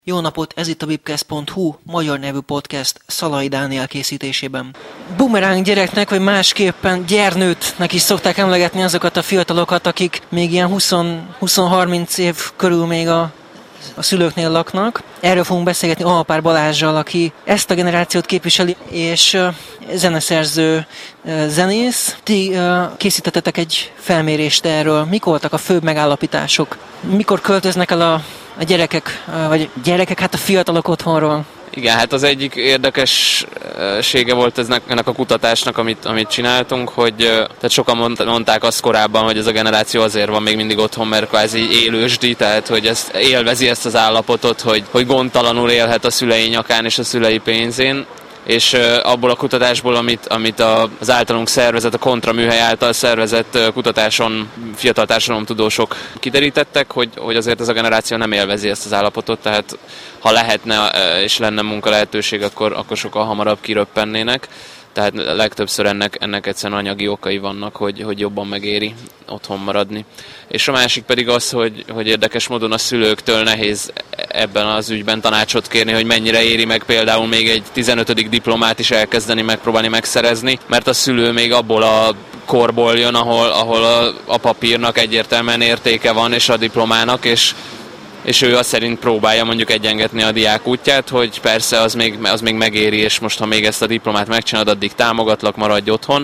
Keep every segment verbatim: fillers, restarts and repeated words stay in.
Jó napot, ez itt a webcast pont hu, magyar nevű podcast Szalai Dániel készítésében. Bumeráng gyereknek, vagy másképpen gyernőtnek is szokták emlegetni azokat a fiatalokat, akik még ilyen húsz-harminc év körül még a, a szülőknél laknak. Erről fogunk beszélgetni Alpár Balázsral, aki ezt a generációt képviseli, és uh, zeneszerző, uh, zenész. Ti uh, készítettetek egy felmérést erről. Mik voltak a főbb megállapítások? Mikor költöznek el a A gyerekek, vagy gyerekek, hát a fiatalok otthonról? Igen, hát az egyik érdekessége volt ennek a kutatásnak, amit, amit csináltunk, hogy tehát sokan mondták azt korábban, hogy ez a generáció azért van még mindig otthon, mert kvázi élősdi, tehát hogy ezt, élvezi ezt az állapotot, hogy, hogy gondtalanul élhet a szülei nyakán és a szülei pénzén. És abból a kutatásból, amit, amit az általunk szervezett, a Kontra műhely által szervezett kutatáson fiatal társadalomtudósok kiderítettek, hogy, hogy azért ez a generáció nem élvezi ezt az állapotot, tehát ha lehetne és lenne munka lehetőség, akkor, akkor sokkal hamarabb kiröppennének. Tehát legtöbbször ennek, ennek egyszerűen anyagi okai vannak, hogy, hogy jobban megéri otthon maradni. És a másik pedig az, hogy, hogy érdekes módon a szülőktől nehéz ebben az ügyben tanácsot kérni, hogy mennyire éri meg például még egy tizenötödik diplomát is elkezdeni, megpróbálni megszerezni, mert a szülő még abból a korból jön, ahol, ahol a, a papírnak egyértelműen értéke van, és a diplomának, és és ő azt szerint próbálja mondjuk egyengetni a diák útját, hogy persze az még, az még megéri, és most ha még ezt a diplomát megcsinálod, addig támogatlak, maradj otthon.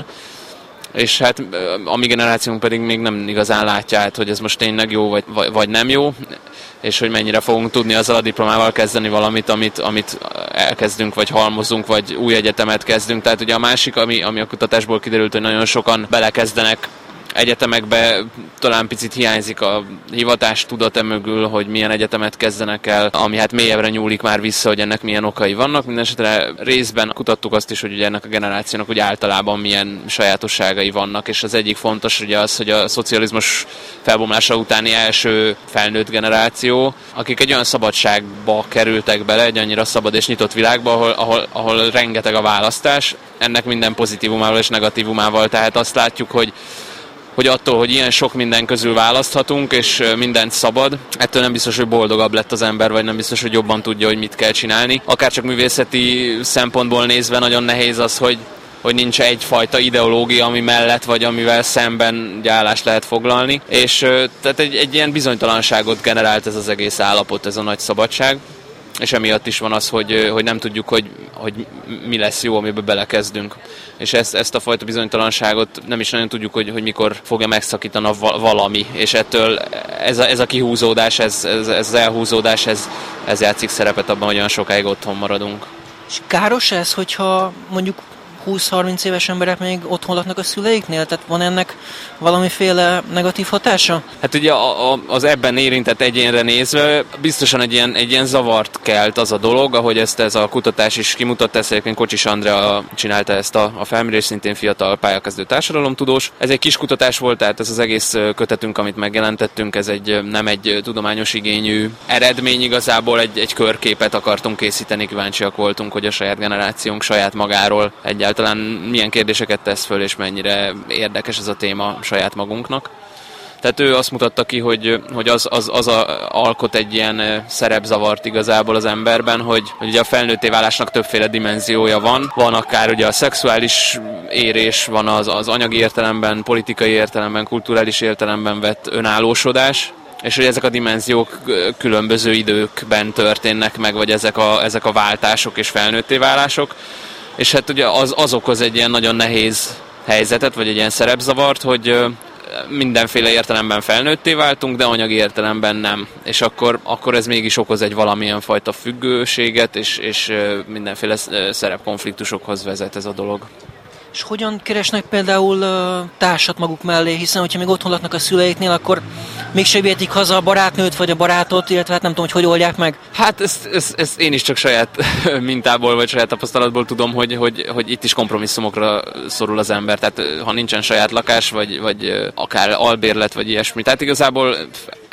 És hát a mi generációnk pedig még nem igazán látja át, hogy ez most tényleg jó, vagy, vagy nem jó, és hogy mennyire fogunk tudni azzal a diplomával kezdeni valamit, amit, amit elkezdünk, vagy halmozunk, vagy új egyetemet kezdünk. Tehát ugye a másik, ami, ami a kutatásból kiderült, hogy nagyon sokan belekezdenek egyetemekbe, talán picit hiányzik a hivatástudat emögül, hogy milyen egyetemet kezdenek el, ami hát mélyebbre nyúlik már vissza, hogy ennek milyen okai vannak. Mindenesetre részben kutattuk azt is, hogy ugye ennek a generációnak úgy általában milyen sajátosságai vannak, és az egyik fontos ugye az, hogy a szocializmus felbomlása utáni első felnőtt generáció, akik egy olyan szabadságba kerültek bele, egy annyira szabad és nyitott világba, ahol, ahol, ahol rengeteg a választás, ennek minden pozitívumával és negatívumával, tehát azt látjuk, hogy hogy attól, hogy ilyen sok minden közül választhatunk, és mindent szabad, ettől nem biztos, hogy boldogabb lett az ember, vagy nem biztos, hogy jobban tudja, hogy mit kell csinálni. Akár csak művészeti szempontból nézve nagyon nehéz az, hogy, hogy nincs egyfajta ideológia, ami mellett, vagy amivel szemben állást lehet foglalni. És tehát egy, egy ilyen bizonytalanságot generált ez az egész állapot, ez a nagy szabadság. És emiatt is van az, hogy, hogy nem tudjuk, hogy, hogy mi lesz jó, amiben belekezdünk. És ezt, ezt a fajta bizonytalanságot nem is nagyon tudjuk, hogy, hogy mikor fogja megszakítani valami. És ettől ez a, ez a kihúzódás, ez, ez, ez az elhúzódás, ez, ez játszik szerepet abban, hogy olyan sokáig otthon maradunk. És káros ez, hogyha mondjuk húsz-harminc éves emberek még otthon laknak a szüleiknél? Tehát van ennek valamiféle negatív hatása? Hát ugye a, a, az ebben érintett egyénre nézve biztosan egy ilyen, egy ilyen zavart kelt az a dolog, ahogy ezt ez a kutatás is kimutatta, ezt egyébként Kocsis Andrea csinálta ezt a, a felmérést, szintén fiatal pályakezdő társadalomtudós. Ez egy kis kutatás volt, tehát ez az egész kötetünk, amit megjelentettünk, ez egy nem egy tudományos igényű eredmény, igazából egy, egy körképet akartunk készíteni, kíváncsiak voltunk, hogy a saját generációnk saját magáról egyáltalán talán milyen kérdéseket tesz föl, és mennyire érdekes ez a téma saját magunknak. Tehát ő azt mutatta ki, hogy, hogy az, az, az a, alkot egy ilyen szerepzavart igazából az emberben, hogy, hogy ugye a felnőtté válásnak többféle dimenziója van. Van akár ugye a szexuális érés, van az, az anyagi értelemben, politikai értelemben, kulturális értelemben vett önállósodás, és hogy ezek a dimenziók különböző időkben történnek meg, vagy ezek a, ezek a váltások és felnőtté válások. És hát ugye az, az okoz egy ilyen nagyon nehéz helyzetet, vagy egy ilyen szerepzavart, hogy mindenféle értelemben felnőtté váltunk, de anyagi értelemben nem. És akkor, akkor ez mégis okoz egy valamilyen fajta függőséget, és, és mindenféle szerepkonfliktusokhoz vezet ez a dolog. És hogyan keresnek például uh, társat maguk mellé, hiszen hogyha még otthon laknak a szüleiknél, akkor mégsem vihetik haza a barátnőt vagy a barátot, illetve hát nem tudom, hogy hogy oldják meg. Hát ezt, ezt, ezt én is csak saját mintából vagy saját tapasztalatból tudom, hogy, hogy, hogy itt is kompromisszumokra szorul az ember. Tehát ha nincsen saját lakás, vagy, vagy akár albérlet, vagy ilyesmi. Tehát igazából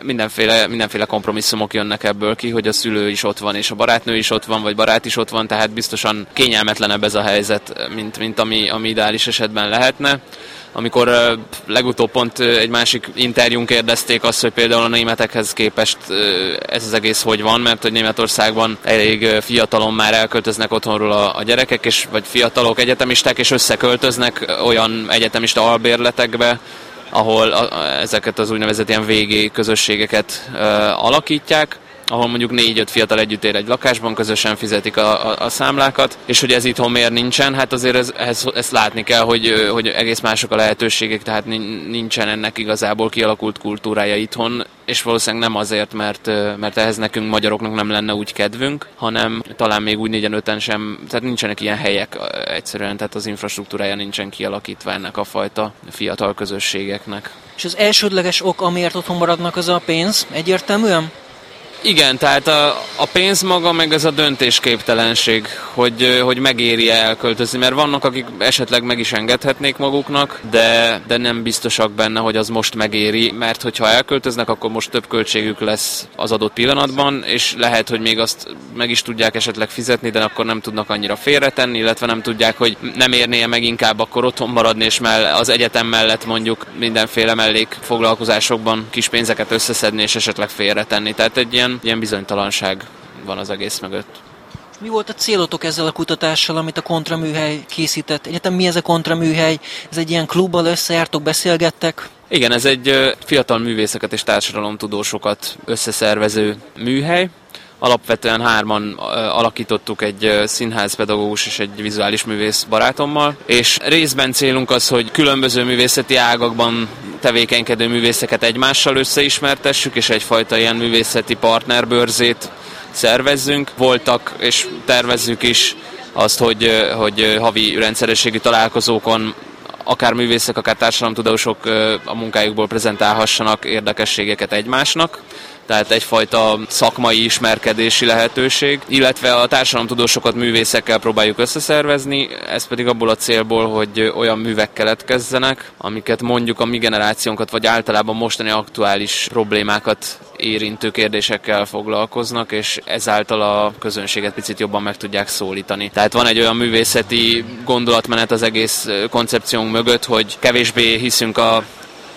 mindenféle, mindenféle kompromisszumok jönnek ebből ki, hogy a szülő is ott van, és a barátnő is ott van, vagy barát is ott van, tehát biztosan kényelmetlenebb ez a helyzet, mint, mint ami, ami ideális esetben lehetne. Amikor uh, legutóbb pont uh, egy másik interjún kérdezték azt, hogy például a németekhez képest uh, ez az egész hogy van, mert hogy Németországban elég uh, fiatalon már elköltöznek otthonról a, a gyerekek, és, vagy fiatalok, egyetemisták, és összeköltöznek olyan egyetemista albérletekbe, ahol a, a, ezeket az úgynevezett ilyen vé gé közösségeket uh, alakítják, ahol mondjuk négy-öt fiatal együtt él egy lakásban, közösen fizetik a, a, a számlákat, és hogy ez itthon miért nincsen, hát azért ez, ez, ezt látni kell, hogy, hogy egész mások a lehetőségek, tehát nincsen ennek igazából kialakult kultúrája itthon, és valószínűleg nem azért, mert, mert ehhez nekünk magyaroknak nem lenne úgy kedvünk, hanem talán még úgy négyen-öten sem, tehát nincsenek ilyen helyek egyszerűen, tehát az infrastruktúrája nincsen kialakítva ennek a fajta fiatal közösségeknek. És az elsődleges ok, amiért otthon maradnak, az a pénz, egyértelműen? Igen, tehát a, a pénz maga, meg ez a döntésképtelenség, hogy, hogy megéri-e elköltözni, mert vannak, akik esetleg meg is engedhetnék maguknak, de, de nem biztosak benne, hogy az most megéri, mert hogyha elköltöznek, akkor most több költségük lesz az adott pillanatban, és lehet, hogy még azt meg is tudják esetleg fizetni, de akkor nem tudnak annyira félretenni, illetve nem tudják, hogy nem érné meg inkább akkor otthon maradni, és az egyetem mellett mondjuk mindenféle mellékfoglalkozásokban kis pénzeket összeszedni, és esetleg félretenni. Tehát egy ilyen Ilyen bizonytalanság van az egész mögött. Mi volt a célotok ezzel a kutatással, amit a Kontraműhely készített? Egyetem mi ez a Kontraműhely? Ez egy ilyen klubbal összejártok, beszélgettek? Igen, ez egy fiatal művészeket és társadalomtudósokat összeszervező műhely. Alapvetően hárman alakítottuk, egy színházpedagógus és egy vizuális művész barátommal, és részben célunk az, hogy különböző művészeti ágakban tevékenykedő művészeket egymással összeismertessük, és egyfajta ilyen művészeti partnerbörzét szervezzünk. Voltak, és tervezzük is azt, hogy, hogy havi rendszerességi találkozókon akár művészek, akár társadalomtudósok a munkájukból prezentálhassanak érdekességeket egymásnak. Tehát egyfajta szakmai ismerkedési lehetőség, illetve a társadalomtudósokat művészekkel próbáljuk összeszervezni, ez pedig abból a célból, hogy olyan művek keletkezzenek, amiket mondjuk a mi generációnkat, vagy általában mostani aktuális problémákat érintő kérdésekkel foglalkoznak, és ezáltal a közönséget picit jobban meg tudják szólítani. Tehát van egy olyan művészeti gondolatmenet az egész koncepciónk mögött, hogy kevésbé hiszünk a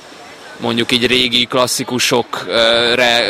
mondjuk így régi klasszikusokra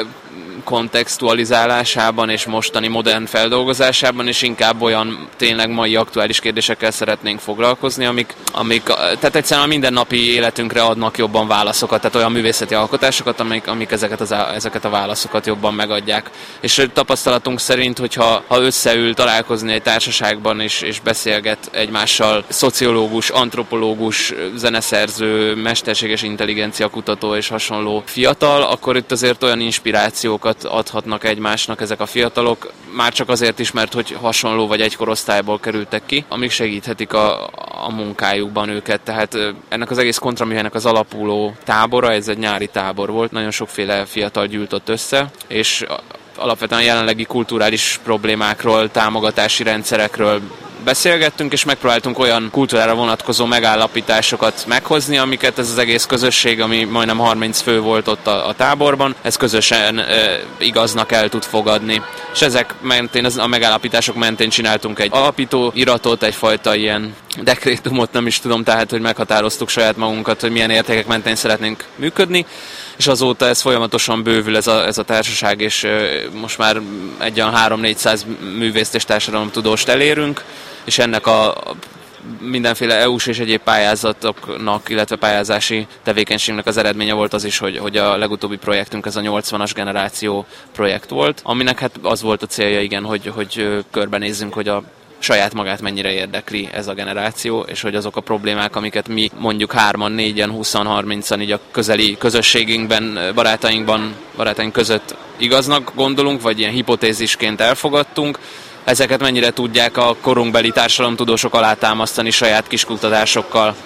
kontextualizálásában és mostani modern feldolgozásában, és inkább olyan tényleg mai aktuális kérdésekkel szeretnénk foglalkozni, amik, amik tehát egyszerűen a mindennapi életünkre adnak jobban válaszokat, tehát olyan művészeti alkotásokat, amik, amik ezeket, az, ezeket a válaszokat jobban megadják. És tapasztalatunk szerint, hogyha ha összeül találkozni egy társaságban és, és beszélget egymással szociológus, antropológus, zeneszerző, mesterséges intelligencia kutató és hasonló fiatal, akkor itt azért olyan inspirációkat adhatnak egymásnak ezek a fiatalok, már csak azért is, mert hogy hasonló vagy egy korosztályból kerültek ki, amik segíthetik a, a munkájukban őket. Tehát ennek az egész Kontraműhelynek az alapuló tábora, ez egy nyári tábor volt, nagyon sokféle fiatal gyűltött össze, és alapvetően a jelenlegi kulturális problémákról, támogatási rendszerekről beszélgettünk, és megpróbáltunk olyan kultúrára vonatkozó megállapításosokat meghozni, amiket ez az egész közösség, ami majdnem harminc fő volt ott a, a táborban, ez közösen e, igaznak el tud fogadni. És ezek mentén, a megállapítások mentén csináltunk egy alapító iratot, egyfajta ilyen dekrétumot, nem is tudom, tehát, hogy meghatároztuk saját magunkat, hogy milyen értékek mentén szeretnénk működni, és azóta ez folyamatosan bővül ez a, ez a társaság, és e, most már egy olyan három-négyszáz művészt és társadalomtudóst elérünk, és ennek a mindenféle é u-s és egyéb pályázatoknak, illetve pályázási tevékenységnek az eredménye volt az is, hogy, hogy a legutóbbi projektünk ez a nyolcvanas generáció projekt volt, aminek hát az volt a célja, igen, hogy, hogy körbenézzünk, hogy a saját magát mennyire érdekli ez a generáció, és hogy azok a problémák, amiket mi mondjuk hárman, négyen, húszan, harmincan így a közeli közösségünkben, barátainkban, barátaink között igaznak gondolunk, vagy ilyen hipotézisként elfogadtunk, ezeket mennyire tudják a korunkbeli társadalomtudósok alátámasztani saját kis kutatásokkal.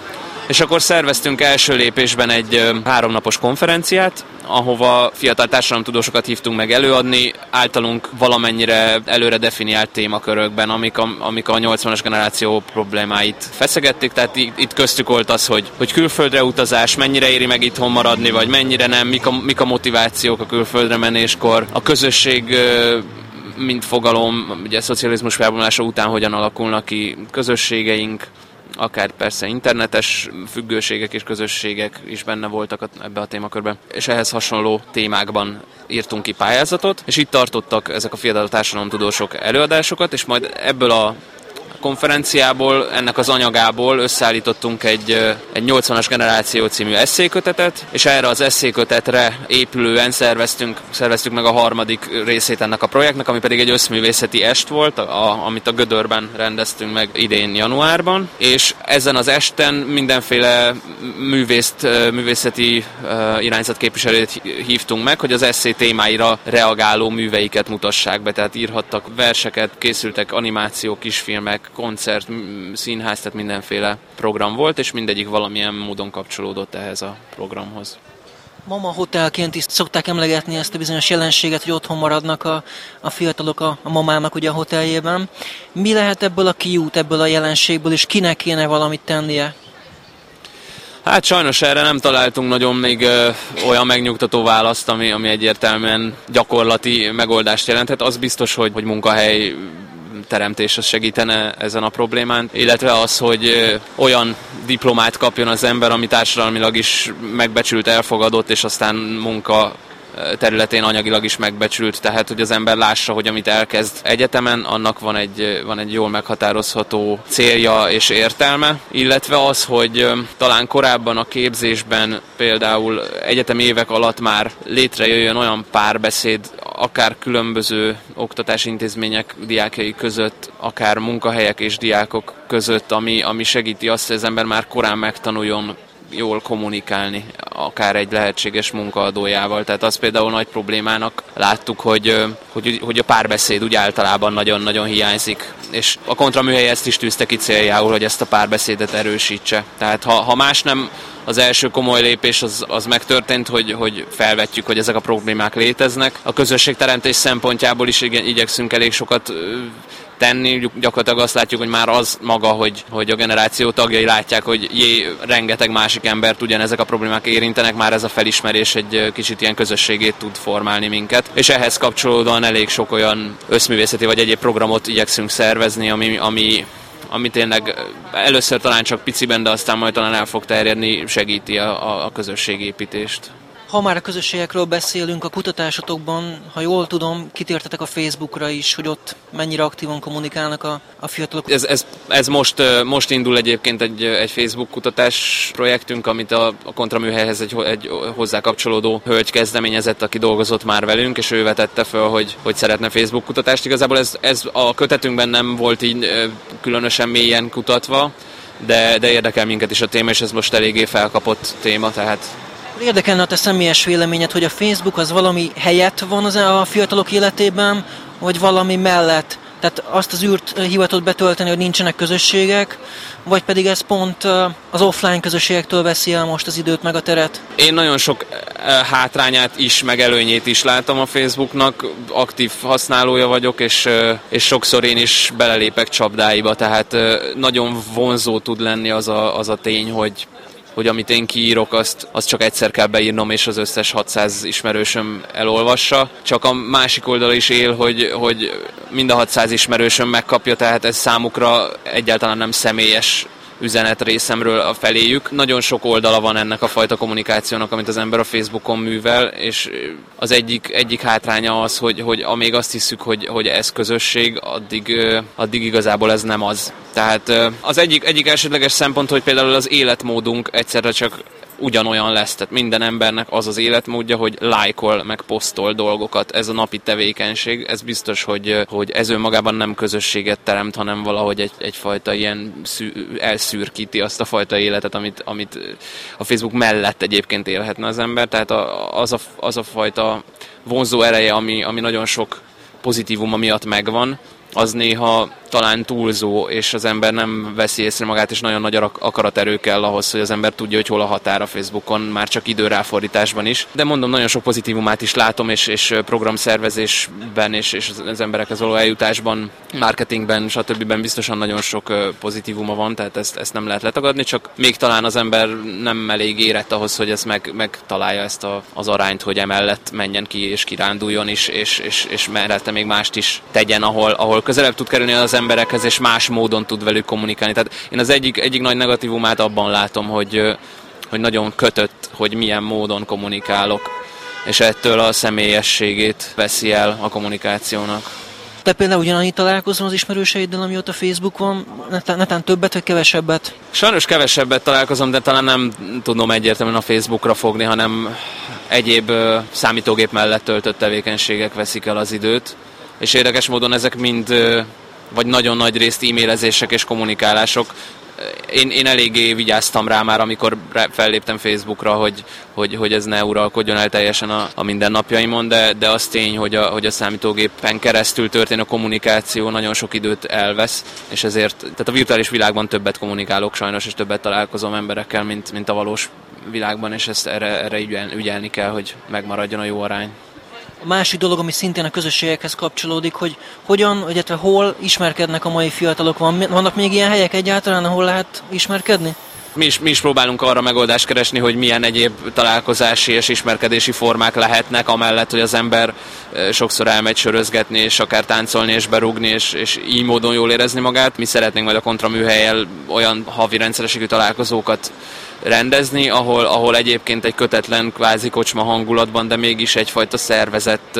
És akkor szerveztünk első lépésben egy háromnapos konferenciát, ahova fiatal társadalomtudósokat hívtunk meg előadni, általunk valamennyire előre definiált témakörökben, amik a, amik a nyolcvanas generáció problémáit feszegették, tehát itt köztük volt az, hogy, hogy külföldre utazás, mennyire éri meg itthon maradni, vagy mennyire nem, mik a, mik a motivációk a külföldre menéskor, a közösség mint fogalom, ugye szocializmus felbomlása után hogyan alakulnak ki közösségeink, akár persze internetes függőségek és közösségek is benne voltak ebbe a témakörbe, és ehhez hasonló témákban írtunk ki pályázatot, és itt tartottak ezek a fiatal társadalomtudósok előadásokat, és majd ebből a konferenciából, ennek az anyagából összeállítottunk egy, egy nyolcvanas generáció című esszékötetet, és erre az esszékötetre épülően szerveztünk, szerveztük meg a harmadik részét ennek a projektnek, ami pedig egy összművészeti est volt, a, amit a Gödörben rendeztünk meg idén januárban, és ezen az esten mindenféle művészt, művészeti irányzat képviselőt hívtunk meg, hogy az esszé témáira reagáló műveiket mutassák be, tehát írhattak verseket, készültek animációk, kisfilmek, koncert, színház, tehát mindenféle program volt, és mindegyik valamilyen módon kapcsolódott ehhez a programhoz. Mama hotelként is szokták emlegetni ezt a bizonyos jelenséget, hogy otthon maradnak a, a fiatalok a, a mamának ugye a hoteljében. Mi lehet ebből a kiút, ebből a jelenségből, és kinek kéne valamit tennie? Hát sajnos erre nem találtunk nagyon még ö, olyan megnyugtató választ, ami, ami egyértelműen gyakorlati megoldást jelenthet. Az biztos, hogy, hogy munkahely teremtés az segítene ezen a problémán, illetve az, hogy olyan diplomát kapjon az ember, ami társadalmilag is megbecsült, elfogadott, és aztán munka területén anyagilag is megbecsült, tehát hogy az ember lássa, hogy amit elkezd egyetemen, annak van egy, van egy jól meghatározható célja és értelme, illetve az, hogy talán korábban a képzésben például egyetemi évek alatt már létrejöjjön olyan párbeszéd, akár különböző oktatási intézmények diákjai között, akár munkahelyek és diákok között, ami, ami segíti azt, hogy az ember már korán megtanuljon jól kommunikálni, akár egy lehetséges munkaadójával. Tehát az például nagy problémának láttuk, hogy, hogy, hogy a párbeszéd úgy általában nagyon-nagyon hiányzik. És a kontraműhely ezt is tűzte ki céljául, hogy ezt a párbeszédet erősítse. Tehát ha, ha más nem, az első komoly lépés az, az megtörtént, hogy, hogy felvetjük, hogy ezek a problémák léteznek. A közösségteremtés szempontjából is igen, igyekszünk elég sokat tenni, gyakorlatilag azt látjuk, hogy már az maga, hogy, hogy a generáció tagjai látják, hogy jé, rengeteg másik embert ugyanezek a problémák érintenek, már ez a felismerés egy kicsit ilyen közösségét tud formálni minket. És ehhez kapcsolódóan elég sok olyan összművészeti vagy egyéb programot igyekszünk szervezni, ami, ami ami tényleg először talán csak piciben, de aztán majd talán el fog terjedni, segíti a, a közösségépítést. Ha már a közösségekről beszélünk, a kutatásotokban, ha jól tudom, kitértetek a Facebookra is, hogy ott mennyire aktívan kommunikálnak a, a fiatalok. Ez, ez, ez most, most indul egyébként egy, egy Facebook kutatás projektünk, amit a, a kontraműhelyhez egy, egy hozzá kapcsolódó hölgy kezdeményezett, aki dolgozott már velünk, és ő vetette föl, hogy, hogy szeretne Facebook kutatást. Igazából ez, ez a kötetünkben nem volt így különösen mélyen kutatva, de, de érdekel minket is a téma, és ez most eléggé felkapott téma, tehát... Érdekelne a te személyes véleményed, hogy a Facebook az valami helyett van az a fiatalok életében, vagy valami mellett? Tehát azt az űrt hivatott betölteni, hogy nincsenek közösségek, vagy pedig ez pont az offline közösségektől veszi el most az időt meg a teret? Én nagyon sok hátrányát is, meg előnyét is látom a Facebooknak, aktív használója vagyok, és, és sokszor én is belelépek csapdáiba, tehát nagyon vonzó tud lenni az a, az a tény, hogy hogy amit én kiírok, azt, azt csak egyszer kell beírnom, és az összes hatszáz ismerősöm elolvassa. Csak a másik oldal is él, hogy, hogy mind a hatszáz ismerősöm megkapja, tehát ez számukra egyáltalán nem személyes üzenet részemről a feléjük. Nagyon sok oldala van ennek a fajta kommunikációnak, amit az ember a Facebookon művel, és az egyik, egyik hátránya az, hogy, hogy amíg azt hiszük, hogy, hogy ez közösség, addig, addig igazából ez nem az. Tehát az egyik, egyik elsődleges szempont, hogy például az életmódunk egyszerre csak ugyanolyan lesz, tehát minden embernek az az életmódja, hogy lájkol, meg posztol dolgokat, ez a napi tevékenység, ez biztos, hogy, hogy ez önmagában nem közösséget teremt, hanem valahogy egy, egyfajta ilyen szű, elszürkíti azt a fajta életet, amit, amit a Facebook mellett egyébként élhetne az ember, tehát a, az, a, az a fajta vonzó ereje, ami, ami nagyon sok pozitívuma miatt megvan, az néha talán túlzó, és az ember nem veszi észre magát, és nagyon nagy akaraterő kell ahhoz, hogy az ember tudja, hogy hol a határ a Facebookon, már csak időráfordításban is. De mondom, nagyon sok pozitívumát is látom, és, és programszervezésben, és, és az emberekhez való eljutásban, marketingben, stb. Biztosan nagyon sok pozitívuma van, tehát ezt, ezt nem lehet letagadni, csak még talán az ember nem elég érett ahhoz, hogy ezt meg, megtalálja ezt a, az arányt, hogy emellett menjen ki és kiránduljon is, és, és, és mellette még mást is tegyen, ahol, ahol közelebb tud kerülni az emberekhez, és más módon tud velük kommunikálni. Tehát én az egyik, egyik nagy negatívumát abban látom, hogy, hogy nagyon kötött, hogy milyen módon kommunikálok, és ettől a személyességét veszi el a kommunikációnak. Te például ugyanannyit találkozom az ismerőseiddel, amióta Facebook van, netán, netán többet vagy kevesebbet? Sajnos kevesebbet találkozom, de talán nem tudom egyértelműen a Facebookra fogni, hanem egyéb uh, számítógép mellett töltött tevékenységek veszik el az időt. És érdekes módon ezek mind, uh, vagy nagyon nagy részt e-mailezések és kommunikálások. Én, én eléggé vigyáztam rá már, amikor felléptem Facebookra, hogy, hogy, hogy ez ne uralkodjon el teljesen a, a mindennapjaimon, de, de az tény, hogy a, hogy a számítógépen keresztül történő kommunikáció nagyon sok időt elvesz, és ezért tehát a virtuális világban többet kommunikálok sajnos, és többet találkozom emberekkel, mint, mint a valós világban, és ezt erre, erre ügyel, ügyelni kell, hogy megmaradjon a jó arány. A másik dolog, ami szintén a közösségekhez kapcsolódik, hogy hogyan, illetve hol ismerkednek a mai fiatalok. Van, vannak még ilyen helyek egyáltalán, ahol lehet ismerkedni? Mi is, mi is próbálunk arra megoldást keresni, hogy milyen egyéb találkozási és ismerkedési formák lehetnek, amellett, hogy az ember sokszor elmegy sörözgetni, és akár táncolni és berúgni, és, és így módon jól érezni magát. Mi szeretnénk majd a Kontra műhellyel olyan havi rendszerességű találkozókat rendezni, ahol, ahol egyébként egy kötetlen kvázi kocsma hangulatban, de mégis egyfajta szervezett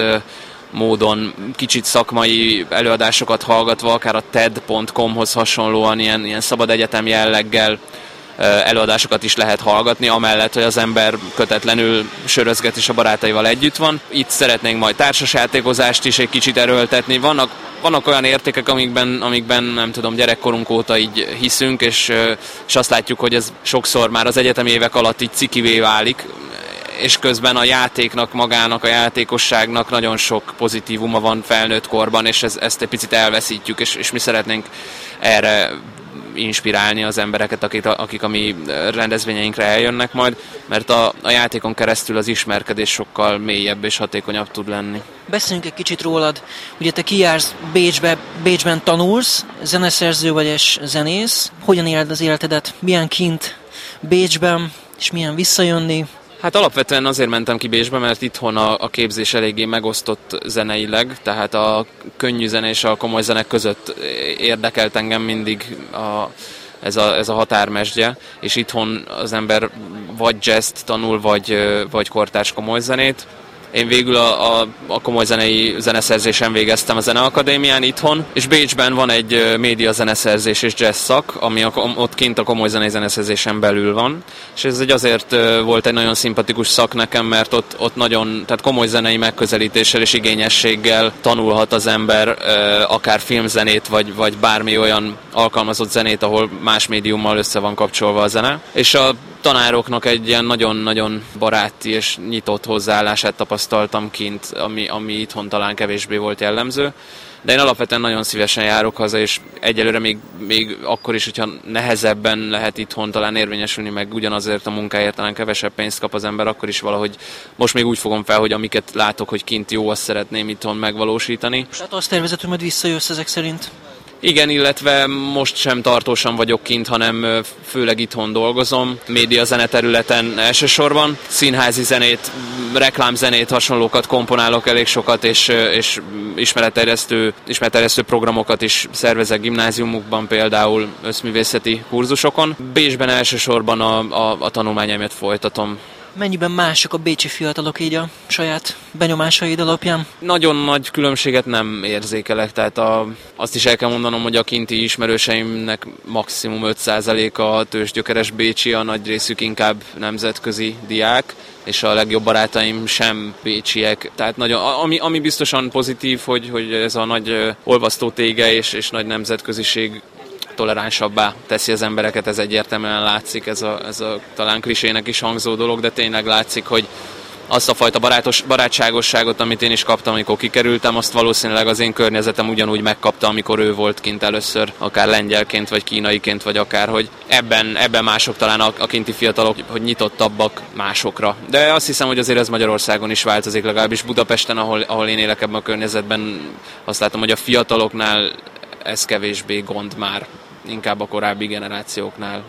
módon kicsit szakmai előadásokat hallgatva, akár a ted pont com-hoz hasonlóan ilyen, ilyen szabad egyetem jelleggel előadásokat is lehet hallgatni, amellett, hogy az ember kötetlenül sörözget és a barátaival együtt van. Itt szeretnénk majd társasjátékozást is egy kicsit erőltetni. Vannak, vannak olyan értékek, amikben, amikben nem tudom, gyerekkorunk óta így hiszünk, és, és azt látjuk, hogy ez sokszor már az egyetemi évek alatt így cikivé válik, és közben a játéknak, magának, a játékosságnak nagyon sok pozitívuma van felnőtt korban, és ez, ezt egy picit elveszítjük, és, és mi szeretnénk erre inspirálni az embereket, akik a, akik a mi rendezvényeinkre eljönnek majd, mert a, a játékon keresztül az ismerkedés sokkal mélyebb és hatékonyabb tud lenni. Beszéljünk egy kicsit rólad. Ugye te kijársz Bécsbe, Bécsben tanulsz, zeneszerző vagy és zenész. Hogyan éled az életedet? Milyen kint Bécsben, és milyen visszajönni? Hát alapvetően azért mentem ki Bécsbe, mert itthon a, a képzés eléggé megosztott zeneileg, tehát a könnyű zene és a komoly zenek között érdekelt engem mindig a, ez, a, ez a határmesdje, és itthon az ember vagy jazzt tanul, vagy, vagy kortárs komoly zenét. Én végül a, a, a komoly zenei zeneszerzésen végeztem a Zeneakadémián itthon, és Bécsben van egy média zeneszerzés és jazz szak, ami a, ott kint a komoly zenei zeneszerzésen belül van, és ez egy azért volt egy nagyon szimpatikus szak nekem, mert ott, ott nagyon, tehát komoly zenei megközelítéssel és igényességgel tanulhat az ember akár filmzenét, vagy, vagy bármi olyan alkalmazott zenét, ahol más médiummal össze van kapcsolva a zene, és a tanároknak egy ilyen nagyon-nagyon baráti és nyitott hozzáállását tapasztaltam kint, ami, ami itthon talán kevésbé volt jellemző. De én alapvetően nagyon szívesen járok haza, és egyelőre még, még akkor is, hogyha nehezebben lehet itthon talán érvényesülni, meg ugyanazért a munkáért talán kevesebb pénzt kap az ember, akkor is valahogy most még úgy fogom fel, hogy amiket látok, hogy kint jó, azt szeretném itthon megvalósítani. Hát azt tervezed, hogy majd visszajössz ezek szerint? Igen, illetve most sem tartósan vagyok kint, hanem főleg itthon dolgozom. Média zene területen elsősorban. Színházi zenét, reklámzenét, hasonlókat komponálok elég sokat, és, és ismeretterjesztő, ismeretterjesztő programokat is szervezek gimnáziumokban, például összművészeti kurzusokon. Bécsben elsősorban a, a, a tanulmányaimat folytatom. Mennyiben mások a bécsi fiatalok így a saját benyomásaid alapján? Nagyon nagy különbséget nem érzékelek, tehát a, azt is el kell mondanom, hogy a kinti ismerőseimnek maximum öt százaléka tőzsgyökeres bécsi, a nagy részük inkább nemzetközi diák, és a legjobb barátaim sem bécsiek. Tehát nagyon, ami, ami biztosan pozitív, hogy, hogy ez a nagy olvasztó tége és, és nagy nemzetköziség toleránsabbá teszi az embereket, ez egyértelműen látszik, ez a, ez a talán klisének is hangzó dolog, de tényleg látszik, hogy azt a fajta barátos, barátságosságot, amit én is kaptam, amikor kikerültem, azt valószínűleg az én környezetem ugyanúgy megkapta, amikor ő volt kint először, akár lengyelként, vagy kínaiként, vagy akárhogy. Ebben, ebben mások talán a, a kinti fiatalok, hogy nyitottabbak másokra. De azt hiszem, hogy azért ez Magyarországon is változik, legalábbis Budapesten, ahol, ahol én élek ebben a környezetben, azt látom, hogy a fiataloknál ez kevésbé gond már, inkább a korábbi generációknál.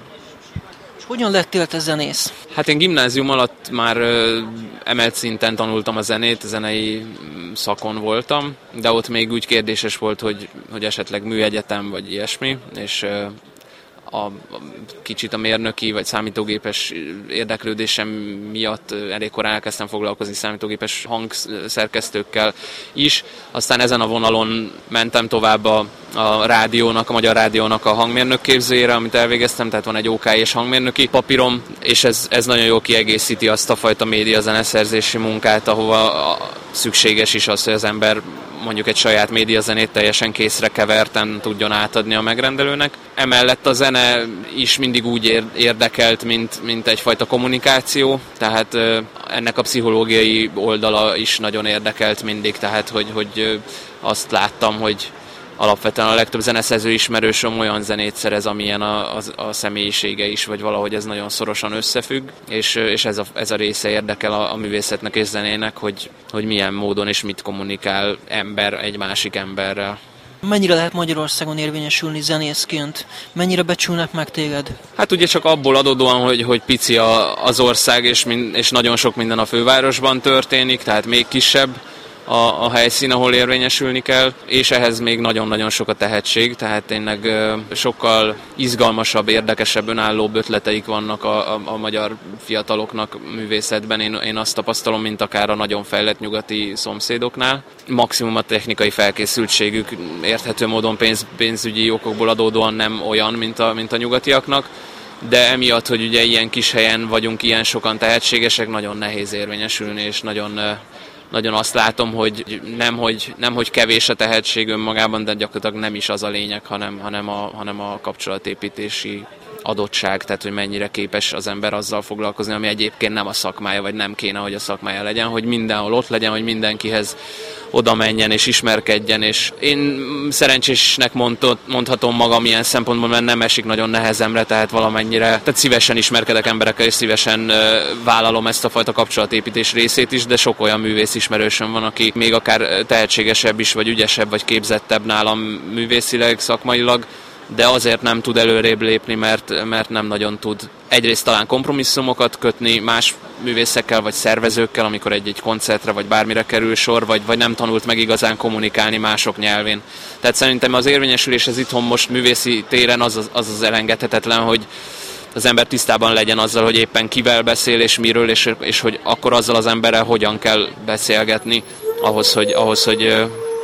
És hogyan lettél te zenész? Hát én gimnázium alatt már ö, emelt szinten tanultam a zenét, zenei szakon voltam, de ott még úgy kérdéses volt, hogy, hogy esetleg műegyetem vagy ilyesmi, és ö, a, a kicsit a mérnöki vagy számítógépes érdeklődésem miatt elég korán elkezdtem foglalkozni számítógépes hangszerkesztőkkel is. Aztán ezen a vonalon mentem tovább a, a rádiónak, a Magyar Rádiónak a hangmérnök képzőjére, amit elvégeztem, tehát van egy ó ká és hangmérnöki papírom, és ez, ez nagyon jól kiegészíti azt a fajta média zeneszerzési munkát, ahova szükséges is az, hogy az ember mondjuk egy saját médiazenét teljesen készre keverten tudjon átadni a megrendelőnek. Emellett a zene is mindig úgy érdekelt, mint, mint egyfajta kommunikáció, tehát ennek a pszichológiai oldala is nagyon érdekelt mindig, tehát hogy, hogy azt láttam, hogy alapvetően a legtöbb zeneszerző ismerősöm olyan zenét szerez, amilyen a, a, a személyisége is, vagy valahogy ez nagyon szorosan összefügg, és, és ez, a, ez a része érdekel a, a művészetnek és zenének, hogy, hogy milyen módon és mit kommunikál ember egy másik emberrel. Mennyire lehet Magyarországon érvényesülni zenészként? Mennyire becsülnek meg téged? Hát ugye csak abból adódóan, hogy, hogy pici a, az ország, és, mind, és nagyon sok minden a fővárosban történik, tehát még kisebb a, a helyszín, ahol érvényesülni kell, és ehhez még nagyon-nagyon sok a tehetség, tehát tényleg sokkal izgalmasabb, érdekesebb, önállóbb ötleteik vannak a, a, a magyar fiataloknak művészetben. Én, én azt tapasztalom, mint akár a nagyon fejlett nyugati szomszédoknál. Maximum a technikai felkészültségük érthető módon pénz, pénzügyi okokból adódóan nem olyan, mint a, mint a nyugatiaknak, de emiatt, hogy ugye ilyen kis helyen vagyunk, ilyen sokan tehetségesek, nagyon nehéz érvényesülni, és nagyon Nagyon azt látom, hogy nem, hogy nem hogy kevés a tehetség önmagában, de gyakorlatilag nem is az a lényeg, hanem, hanem, a, hanem a kapcsolatépítési adottság, tehát hogy mennyire képes az ember azzal foglalkozni, ami egyébként nem a szakmája, vagy nem kéne, hogy a szakmája legyen, hogy mindenhol ott legyen, hogy mindenkihez oda menjen és ismerkedjen, és én szerencsésnek mondott, mondhatom magam ilyen szempontból, mert nem esik nagyon nehezemre, tehát valamennyire, tehát szívesen ismerkedek emberekkel, és szívesen uh, vállalom ezt a fajta kapcsolatépítés részét is, de sok olyan művész ismerősöm van, aki még akár tehetségesebb is, vagy ügyesebb, vagy képzettebb nálam művészileg, szakmailag, de azért nem tud előrébb lépni, mert, mert nem nagyon tud egyrészt talán kompromisszumokat kötni más művészekkel vagy szervezőkkel, amikor egy-egy koncertre vagy bármire kerül sor, vagy, vagy nem tanult meg igazán kommunikálni mások nyelvén. Tehát szerintem az érvényesülés az itthon most művészi téren az az, az, az elengedhetetlen, hogy az ember tisztában legyen azzal, hogy éppen kivel beszél és miről, és, és hogy akkor azzal az emberrel hogyan kell beszélgetni ahhoz, hogy, ahhoz, hogy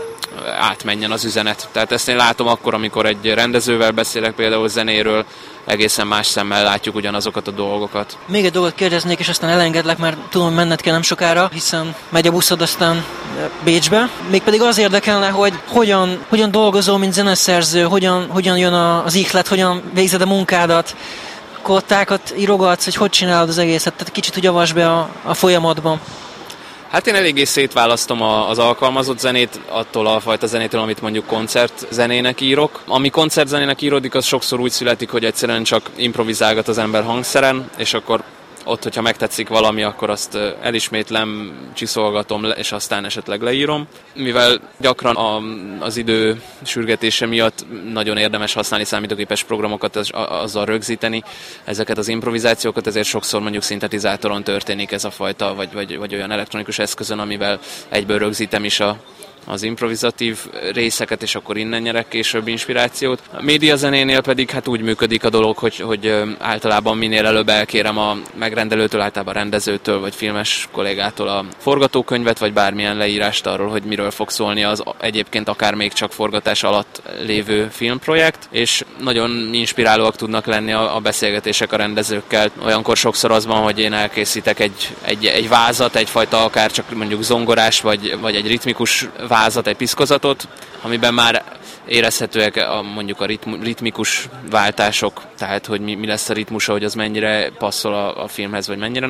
átmenjen az üzenet. Tehát ezt én látom akkor, amikor egy rendezővel beszélek például zenéről, egészen más szemmel látjuk ugyanazokat a dolgokat. Még egy dolgot kérdeznék, és aztán elengedlek, mert tudom, hogy menned kell nem sokára, hiszen megy a buszod aztán Bécsbe. Mégpedig az érdekelne, hogy hogyan, hogyan dolgozol, mint zeneszerző, hogyan, hogyan jön az ihlet, hogyan végzed a munkádat, kottákat írogatsz, hogy hogy csinálod az egészet, tehát kicsit úgy avasd be a, a folyamatban. Hát én eléggé szétválasztom az alkalmazott zenét attól a fajta zenétől, amit mondjuk koncertzenének írok. Ami koncertzenének íródik, az sokszor úgy születik, hogy egyszerűen csak improvizálgat az ember hangszeren, és akkor ott, hogyha megtetszik valami, akkor azt elismétlem, csiszolgatom, és aztán esetleg leírom. Mivel gyakran a, az idő sürgetése miatt nagyon érdemes használni számítógépes programokat, az, azzal rögzíteni ezeket az improvizációkat, ezért sokszor mondjuk szintetizátoron történik ez a fajta, vagy, vagy, vagy olyan elektronikus eszközön, amivel egyből rögzítem is a az improvizatív részeket, és akkor innen nyerek később inspirációt. A médiazenénél pedig hát úgy működik a dolog, hogy, hogy általában minél előbb elkérem a megrendelőtől, általában a rendezőtől, vagy filmes kollégától a forgatókönyvet, vagy bármilyen leírást arról, hogy miről fog szólni az egyébként akár még csak forgatás alatt lévő filmprojekt, és nagyon inspirálóak tudnak lenni a, a beszélgetések a rendezőkkel. Olyankor sokszor az van, hogy én elkészítek egy, egy, egy vázat, egyfajta akár csak mondjuk zongorás, vagy, vagy egy ritmikus vázat, egy piszkozatot, amiben már érezhetőek a, mondjuk a ritm, ritmikus váltások, tehát hogy mi, mi lesz a ritmusa, hogy az mennyire passzol a, a filmhez, vagy mennyire nem.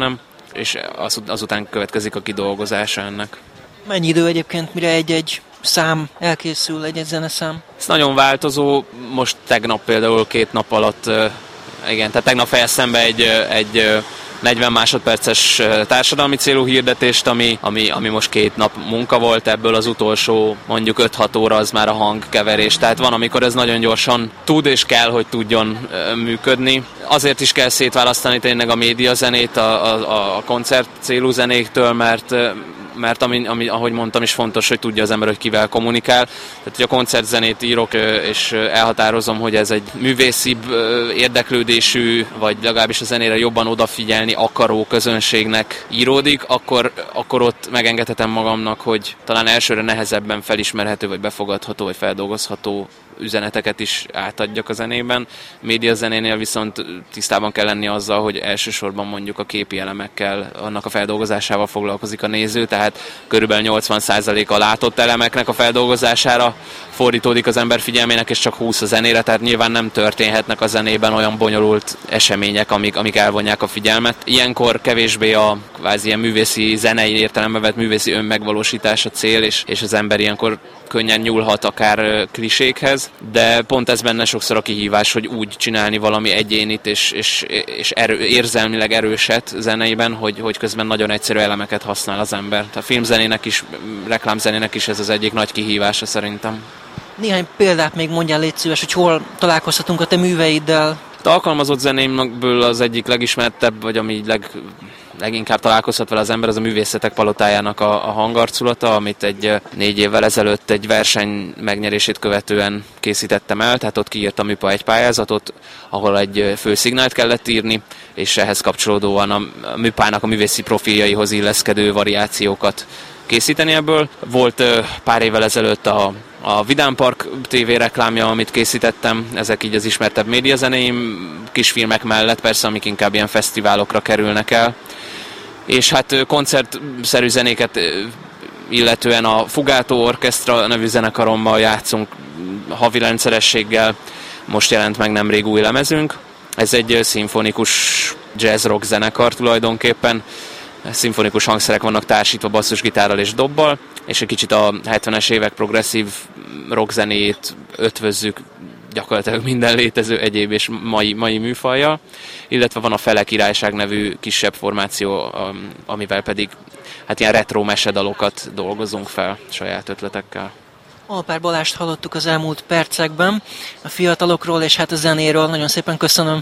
és az, azután következik a kidolgozása ennek. Mennyi idő egyébként, mire egy-egy szám elkészül, egy-egy zeneszám? Ez nagyon változó, most tegnap például két nap alatt, igen, tehát tegnap fejeztem be egy, egy negyven másodperces társadalmi célú hirdetést, ami, ami, ami most két nap munka volt, ebből az utolsó mondjuk öt-hat óra az már a hangkeverés. Tehát van, amikor ez nagyon gyorsan tud és kell, hogy tudjon működni. Azért is kell szétválasztani tényleg a médiazenét a, a, a koncert célú zenéktől, mert mert ami, ami, ahogy mondtam is fontos, hogy tudja az ember, hogy kivel kommunikál. Tehát, hogy a koncertzenét írok, és elhatározom, hogy ez egy művészibb érdeklődésű, vagy legalábbis a zenére jobban odafigyelni akaró közönségnek íródik, akkor, akkor ott megengedhetem magamnak, hogy talán elsőre nehezebben felismerhető, vagy befogadható, vagy feldolgozható üzeneteket is átadjak a zenében. Médiazenénél viszont tisztában kell lenni azzal, hogy elsősorban mondjuk a képi elemekkel, annak a feldolgozásával foglalkozik a néző, tehát körülbelül nyolcvan százalék a látott elemeknek a feldolgozására fordítódik az ember figyelmének, és csak húsz a zenére, tehát nyilván nem történhetnek a zenében olyan bonyolult események, amik, amik elvonják a figyelmet. Ilyenkor kevésbé a kvázi ilyen művészi, zenei értelembe vett művészi önmegvalósítás a cél, és, és az ember ilyenkor könnyen nyúlhat akár klisékhez, de pont ez benne sokszor a kihívás, hogy úgy csinálni valami egyénit és, és, és erő, érzelmileg erőset zeneiben, hogy, hogy közben nagyon egyszerű elemeket használ az ember. A filmzenének is, reklámzenének is ez az egyik nagy kihívása szerintem. Néhány példát még mondjál, légy szíves, hogy hol találkozhatunk a te műveiddel. A alkalmazott zenémből az egyik legismertebb, vagy ami leg, leginkább találkozhat vele az ember, az a Művészetek Palotájának a, a hangarculata, amit egy négy évvel ezelőtt egy verseny megnyerését követően készítettem el, tehát ott kiírtam műpa egy pályázatot, ahol egy főszignált kellett írni, és ehhez kapcsolódóan a műpának a művészi profiljaihoz illeszkedő variációkat készíteni ebből. Volt pár évvel ezelőtt a A Vidám Park té vé reklámja, amit készítettem, ezek így az ismertebb médiazenéim, kisfilmek mellett persze, amik inkább ilyen fesztiválokra kerülnek el. És hát koncertszerű zenéket illetően a Fugátó Orchestra nevű zenekarommal játszunk havi rendszerességgel, most jelent meg nemrég új lemezünk. Ez egy szimfonikus jazz-rock zenekar tulajdonképpen, szimfonikus hangszerek vannak társítva basszusgitárral és dobbal, és egy kicsit a hetvenes évek progresszív rockzenét ötvözzük gyakorlatilag minden létező egyéb és mai, mai műfajjal, illetve van a Fele Királyság nevű kisebb formáció, amivel pedig hát ilyen retro mesedalokat dolgozunk fel saját ötletekkel. Alpár Balást hallottuk az elmúlt percekben, a fiatalokról és hát a zenéről. Nagyon szépen köszönöm.